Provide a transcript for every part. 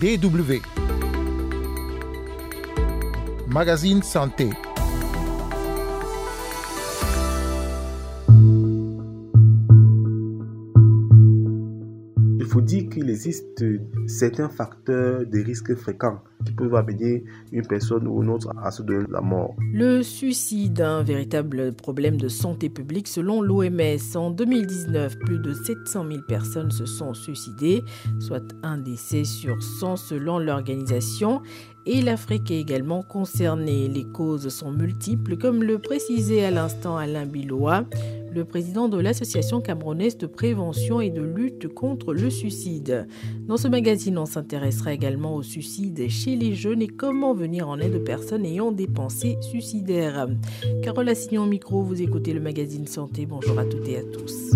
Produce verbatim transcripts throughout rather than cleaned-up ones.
D W. Magazine Santé. Il faut dire qu'il existe certains facteurs de risque fréquents qui peuvent amener une personne ou une autre à se donner la mort. Le suicide, un véritable problème de santé publique selon l'O M S. En deux mille dix-neuf, plus de sept cent mille personnes se sont suicidées, soit un décès sur cent selon l'organisation. Et l'Afrique est également concernée. Les causes sont multiples, comme le précisait à l'instant Alain Biloa, le président de l'Association camerounaise de prévention et de lutte contre le suicide. Dans ce magazine, on s'intéressera également au suicide chez les jeunes et comment venir en aide aux personnes ayant des pensées suicidaires. Carole Assignon au micro, vous écoutez le magazine Santé. Bonjour à toutes et à tous.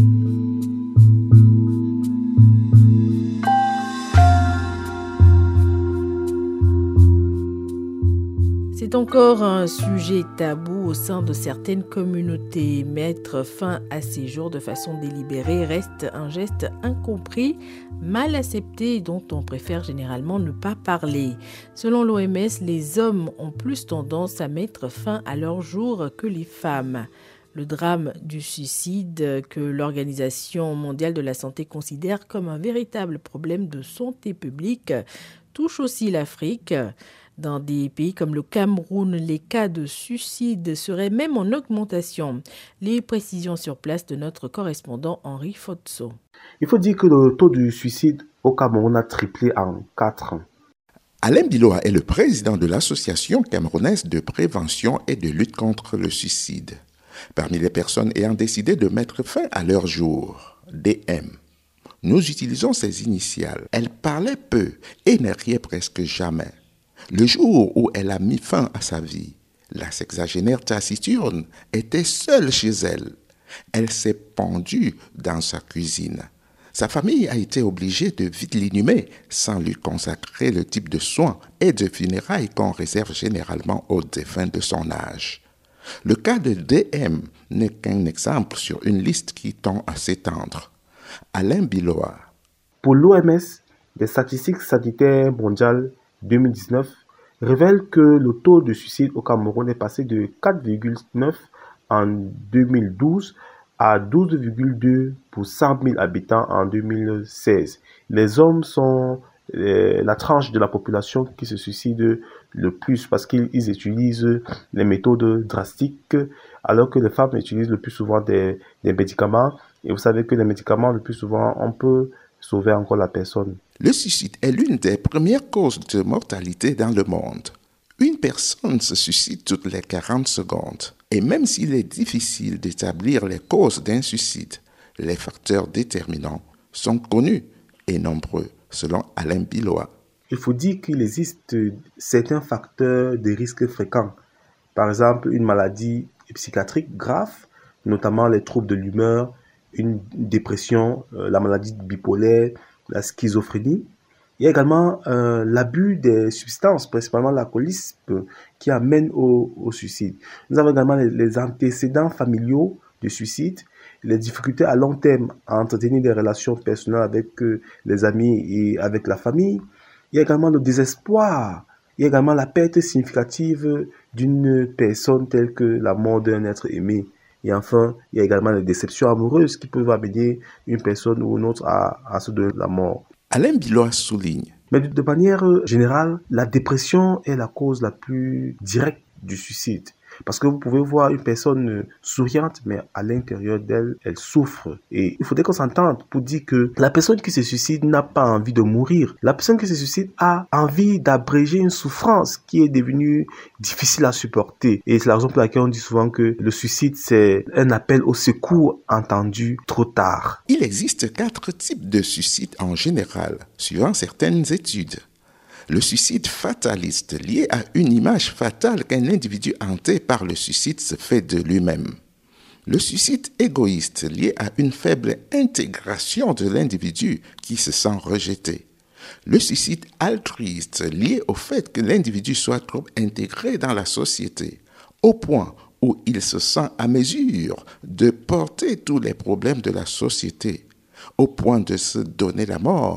C'est encore un sujet tabou au sein de certaines communautés. Mettre fin à ces jours de façon délibérée reste un geste incompris, mal accepté et dont on préfère généralement ne pas parler. Selon l'O M S, les hommes ont plus tendance à mettre fin à leur jour que les femmes. Le drame du suicide, que l'Organisation mondiale de la santé considère comme un véritable problème de santé publique, touche aussi l'Afrique. Dans des pays comme le Cameroun, les cas de suicide seraient même en augmentation. Les précisions sur place de notre correspondant Henri Fotso. Il faut dire que le taux de suicide au Cameroun a triplé en quatre ans. Alain Biloa est le président de l'Association camerounaise de prévention et de lutte contre le suicide. Parmi les personnes ayant décidé de mettre fin à leur jour, D M. Nous utilisons ses initiales. Elle parlait peu et ne riait presque jamais. Le jour où elle a mis fin à sa vie, la sexagénaire taciturne était seule chez elle. Elle s'est pendue dans sa cuisine. Sa famille a été obligée de vite l'inhumer sans lui consacrer le type de soins et de funérailles qu'on réserve généralement aux défunts de son âge. Le cas de D M n'est qu'un exemple sur une liste qui tend à s'étendre. Alain Biloa. Pour l'O M S, les statistiques sanitaires mondiales deux mille dix-neuf révèle que le taux de suicide au Cameroun est passé de quatre virgule neuf en deux mille douze à douze virgule deux pour cent mille habitants en deux mille seize. Les hommes sont euh, la tranche de la population qui se suicide le plus parce qu'ils utilisent les méthodes drastiques alors que les femmes utilisent le plus souvent des, des médicaments. Et vous savez que les médicaments, le plus souvent, on peut sauver encore la personne. Le suicide est l'une des premières causes de mortalité dans le monde. Une personne se suicide toutes les quarante secondes. Et même s'il est difficile d'établir les causes d'un suicide, les facteurs déterminants sont connus et nombreux, selon Alain Biloa. Il faut dire qu'il existe certains facteurs de risque fréquents. Par exemple, une maladie psychiatrique grave, notamment les troubles de l'humeur, une dépression, euh, la maladie bipolaire, la schizophrénie. Il y a également euh, l'abus des substances, principalement l'alcoolisme, qui amène au, au suicide. Nous avons également les, les antécédents familiaux de suicide, les difficultés à long terme à entretenir des relations personnelles avec euh, les amis et avec la famille. Il y a également le désespoir. Il y a également la perte significative d'une personne telle que la mort d'un être aimé. Et enfin, il y a également les déceptions amoureuses qui peuvent amener une personne ou une autre à, à se donner la mort. Alain Biloa souligne. Mais de, de manière générale, la dépression est la cause la plus directe du suicide. Parce que vous pouvez voir une personne souriante, mais à l'intérieur d'elle, elle souffre. Et il faudrait qu'on s'entende pour dire que la personne qui se suicide n'a pas envie de mourir. La personne qui se suicide a envie d'abréger une souffrance qui est devenue difficile à supporter. Et c'est la raison pour laquelle on dit souvent que le suicide, c'est un appel au secours entendu trop tard. Il existe quatre types de suicides en général, suivant certaines études. Le suicide fataliste, lié à une image fatale qu'un individu hanté par le suicide se fait de lui-même. Le suicide égoïste, lié à une faible intégration de l'individu qui se sent rejeté. Le suicide altruiste, lié au fait que l'individu soit trop intégré dans la société, au point où il se sent à mesure de porter tous les problèmes de la société, au point de se donner la mort,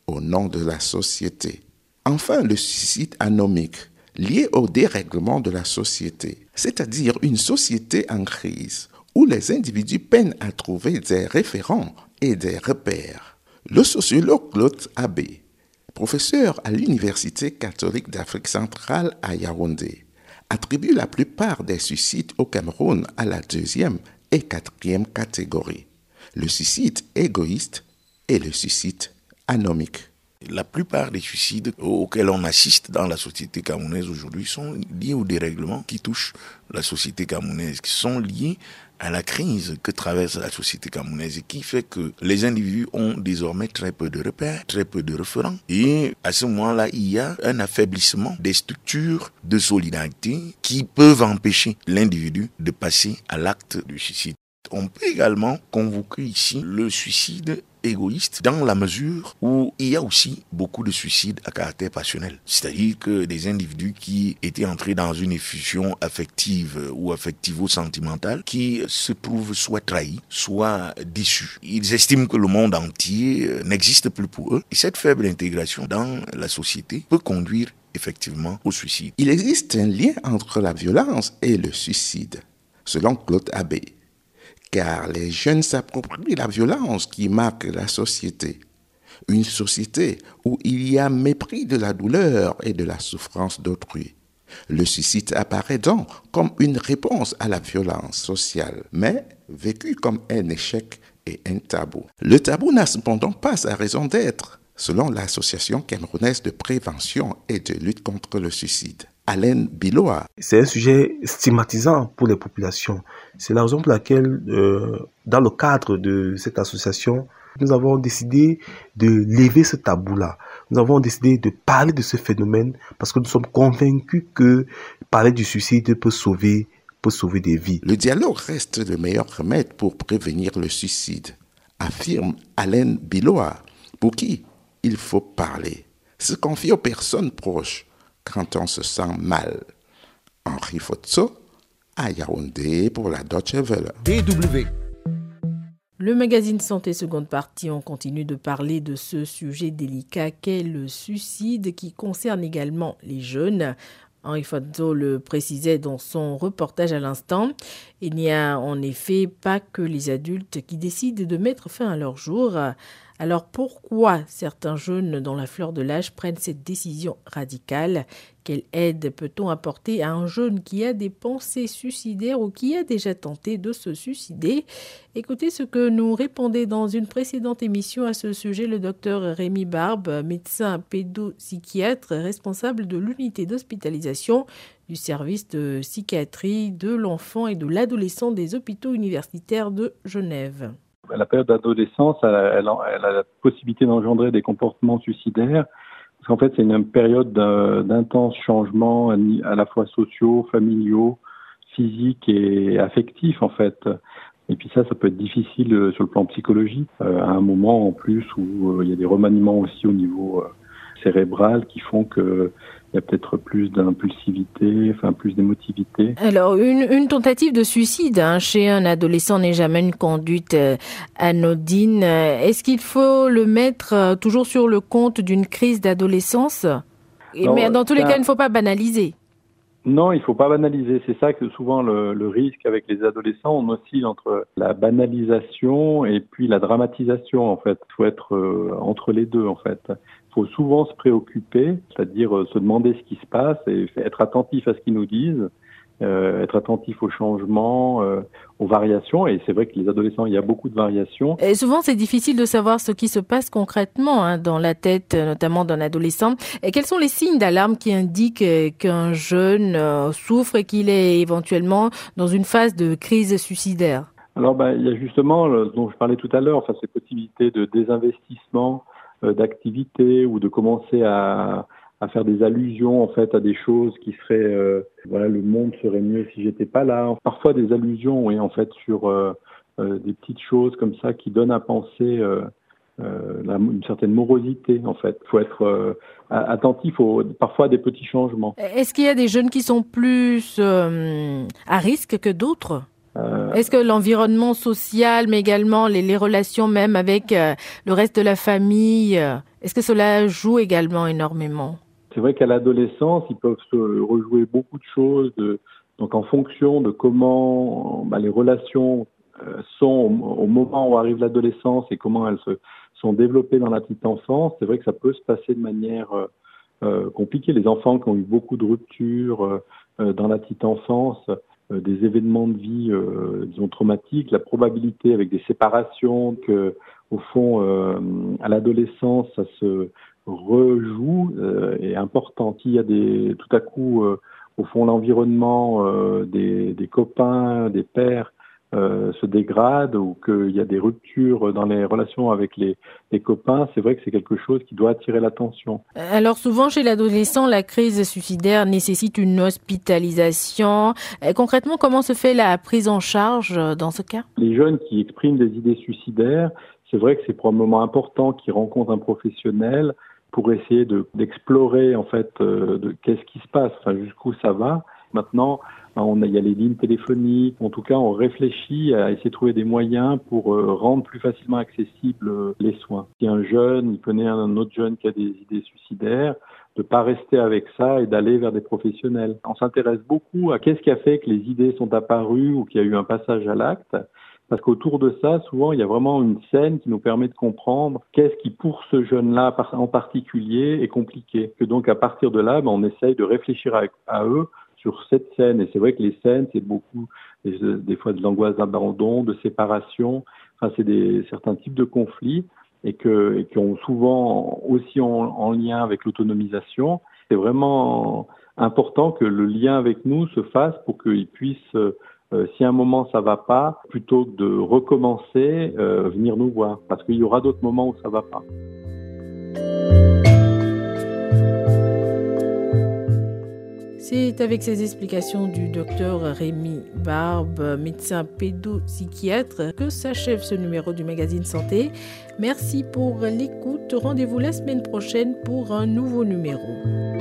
au nom de la société. Enfin, le suicide anomique, lié au dérèglement de la société, c'est-à-dire une société en crise, où les individus peinent à trouver des référents et des repères. Le sociologue Claude Abbé, professeur à l'Université catholique d'Afrique centrale à Yaoundé, attribue la plupart des suicides au Cameroun à la deuxième et quatrième catégorie, le suicide égoïste et le suicide anomique. La plupart des suicides auxquels on assiste dans la société camerounaise aujourd'hui sont liés au dérèglement qui touche la société camerounaise, qui sont liés à la crise que traverse la société camerounaise et qui fait que les individus ont désormais très peu de repères, très peu de référents. Et à ce moment-là, il y a un affaiblissement des structures de solidarité qui peuvent empêcher l'individu de passer à l'acte du suicide. On peut également convoquer ici le suicide égoïste dans la mesure où il y a aussi beaucoup de suicides à caractère passionnel. C'est-à-dire que des individus qui étaient entrés dans une effusion affective ou affectivo-sentimentale qui se trouvent soit trahis, soit déçus. Ils estiment que le monde entier n'existe plus pour eux. Et cette faible intégration dans la société peut conduire effectivement au suicide. Il existe un lien entre la violence et le suicide, selon Claude Abbé, car les jeunes s'approprient la violence qui marque la société. Une société où il y a mépris de la douleur et de la souffrance d'autrui. Le suicide apparaît donc comme une réponse à la violence sociale, mais vécu comme un échec et un tabou. Le tabou n'a cependant pas sa raison d'être, selon l'Association camerounaise de prévention et de lutte contre le suicide. Alain Biloa. C'est un sujet stigmatisant pour les populations. C'est la raison pour laquelle, euh, dans le cadre de cette association, nous avons décidé de lever ce tabou-là. Nous avons décidé de parler de ce phénomène parce que nous sommes convaincus que parler du suicide peut sauver, peut sauver des vies. Le dialogue reste le meilleur remède pour prévenir le suicide, affirme Alain Biloa, pour qui il faut parler, se confier aux personnes proches quand on se sent mal. Henri Fotso, à Yaoundé pour la Deutsche Welle. D W. Le magazine Santé seconde partie, on continue de parler de ce sujet délicat qu'est le suicide qui concerne également les jeunes. Henri Fotso le précisait dans son reportage à l'instant. Il n'y a en effet pas que les adultes qui décident de mettre fin à leur jour. Alors pourquoi certains jeunes dans la fleur de l'âge prennent cette décision radicale ? Quelle aide peut-on apporter à un jeune qui a des pensées suicidaires ou qui a déjà tenté de se suicider ? Écoutez ce que nous répondait dans une précédente émission à ce sujet le docteur Rémi Barbe, médecin pédopsychiatre responsable de l'unité d'hospitalisation du service de psychiatrie de l'enfant et de l'adolescent des hôpitaux universitaires de Genève. La période d'adolescence, elle a, elle, a, elle a la possibilité d'engendrer des comportements suicidaires, parce qu'en fait, c'est une période d'intenses changements, à la fois sociaux, familiaux, physiques et affectifs, en fait. Et puis ça, ça peut être difficile sur le plan psychologique, euh, à un moment en plus où euh, il y a des remaniements aussi au niveau euh, cérébral qui font que il y a peut-être plus d'impulsivité, enfin plus d'émotivité. Alors, une, une tentative de suicide hein, chez un adolescent n'est jamais une conduite euh, anodine. Est-ce qu'il faut le mettre euh, toujours sur le compte d'une crise d'adolescence ? non, Mais dans tous les cas, il ne faut pas banaliser. Non, il ne faut pas banaliser. C'est ça que souvent le, le risque avec les adolescents, on oscille entre la banalisation et puis la dramatisation, en fait. Il faut être euh, entre les deux, en fait. Il faut souvent se préoccuper, c'est-à-dire euh, se demander ce qui se passe et être attentif à ce qu'ils nous disent, euh, être attentif aux changements, euh, aux variations. Et c'est vrai que les adolescents, il y a beaucoup de variations. Et souvent, c'est difficile de savoir ce qui se passe concrètement hein, dans la tête, notamment d'un adolescent. Et quels sont les signes d'alarme qui indiquent qu'un jeune euh, souffre et qu'il est éventuellement dans une phase de crise suicidaire ? Alors, ben, il y a justement, le, dont je parlais tout à l'heure, enfin, ces possibilités de désinvestissement, euh, d'activité ou de commencer à, à faire des allusions en fait à des choses qui seraient, euh, voilà, le monde serait mieux si j'étais pas là. Parfois des allusions, oui, en fait, sur euh, euh, des petites choses comme ça qui donnent à penser euh, euh, la, une certaine morosité, en fait. Il faut être euh, attentif aux, parfois à des petits changements. Est-ce qu'il y a des jeunes qui sont plus euh, à risque que d'autres ? Euh, Est-ce que l'environnement social, mais également les, les relations même avec euh, le reste de la famille, euh, est-ce que cela joue également énormément? C'est vrai qu'à l'adolescence, ils peuvent se rejouer beaucoup de choses. De, donc en fonction de comment bah, les relations euh, sont au, au moment où arrive l'adolescence et comment elles se sont développées dans la petite enfance, c'est vrai que ça peut se passer de manière euh, euh, compliquée. Les enfants qui ont eu beaucoup de ruptures euh, dans la petite enfance, euh, des événements de vie, euh, disons, traumatiques, la probabilité avec des séparations que, au fond, euh, à l'adolescence, ça se rejoue euh, est importante. Il y a des, tout à coup, euh, au fond, l'environnement euh, des, des copains, des pères euh, se dégrade ou qu'il y a des ruptures dans les relations avec les, les copains, c'est vrai que c'est quelque chose qui doit attirer l'attention. Alors souvent chez l'adolescent, la crise suicidaire nécessite une hospitalisation. Et concrètement, comment se fait la prise en charge dans ce cas? Les jeunes qui expriment des idées suicidaires, c'est vrai que c'est pour un moment important qu'ils rencontrent un professionnel pour essayer de, d'explorer en fait euh, de, qu'est-ce qui se passe, enfin, jusqu'où ça va. Maintenant, on a, il y a les lignes téléphoniques. En tout cas, on réfléchit à essayer de trouver des moyens pour euh, rendre plus facilement accessibles euh, les soins. Si un jeune, il connaît un autre jeune qui a des idées suicidaires, de pas rester avec ça et d'aller vers des professionnels. On s'intéresse beaucoup à qu'est-ce qui a fait que les idées sont apparues ou qu'il y a eu un passage à l'acte. Parce qu'autour de ça, souvent, il y a vraiment une scène qui nous permet de comprendre qu'est-ce qui, pour ce jeune-là en particulier, est compliqué. Que donc, à partir de là, ben, on essaye de réfléchir à, à eux sur cette scène. Et c'est vrai que les scènes, c'est beaucoup, des, des fois, de l'angoisse d'abandon, de séparation. Enfin, c'est des, certains types de conflits et, que, et qui ont souvent aussi en, en lien avec l'autonomisation. C'est vraiment important que le lien avec nous se fasse pour qu'ils puissent... Euh, si à un moment ça va pas, plutôt que de recommencer, euh, venir nous voir, parce qu'il y aura d'autres moments où ça va pas. C'est avec ces explications du docteur Rémi Barbe, médecin pédopsychiatre, que s'achève ce numéro du magazine Santé. Merci pour l'écoute. Rendez-vous la semaine prochaine pour un nouveau numéro.